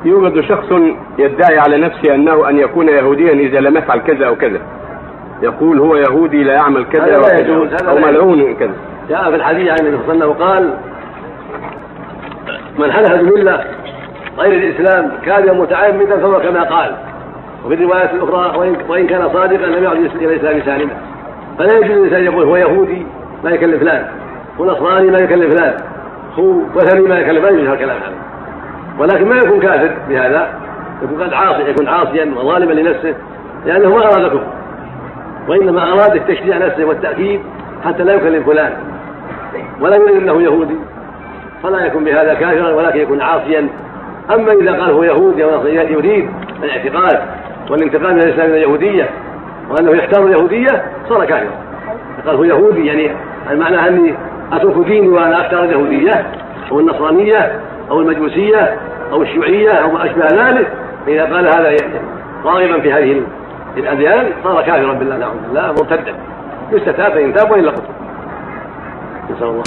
يوجد شخص يدعي على نفسه أنه أن يكون يهوديا إذا لم يفعل كذا أو كذا، يقول هو يهودي لا يعمل كذا وكذا أو ملعون كذا. جاء في الحديث عن النبي صلى الله عليه وسلم قال: من حلف بملة غير الإسلام كاذبا متعمدا فهو كما قال. وفي الرواية الأخرى: وإن كان صادقا لم يعد إلى الإسلام سالما. فلا يجوز الإنسان يقول هو يهودي ما يكلف فلان، ونصراني ما يكلف فلان، هو وثني ما يكلف، لا يجوز الكلام هذا. ولكن ما يكون كافر بهذا، يكون قد يكون عاصيا وظالما لنفسه لأنه ما أراد كفر، وإنما أراد التشجيع نفسه والتأكيد حتى لا يكلف فلان، ولم يرد أنه يهودي فلا يكون بهذا كافرا، ولكن يكون عاصيا. أما إذا قال هو يهودي أو نصراني يريد الاعتقاد والانتقال من الإسلام إلى اليهودية وأنه يختار اليهودية صار كافرا. قال هو يهودي يعني المعنى أني أترك ديني وأنا أختار اليهودية أو النصرانية أو المجوسية أو الشيوعية أو ما أشبه ذلك. إذا قال هذا راغبا في هذه الأديان صار كافرا بالله، نعوذ بالله، مرتدا، يستتاب فإن تاب وإلا قتل. نسأل الله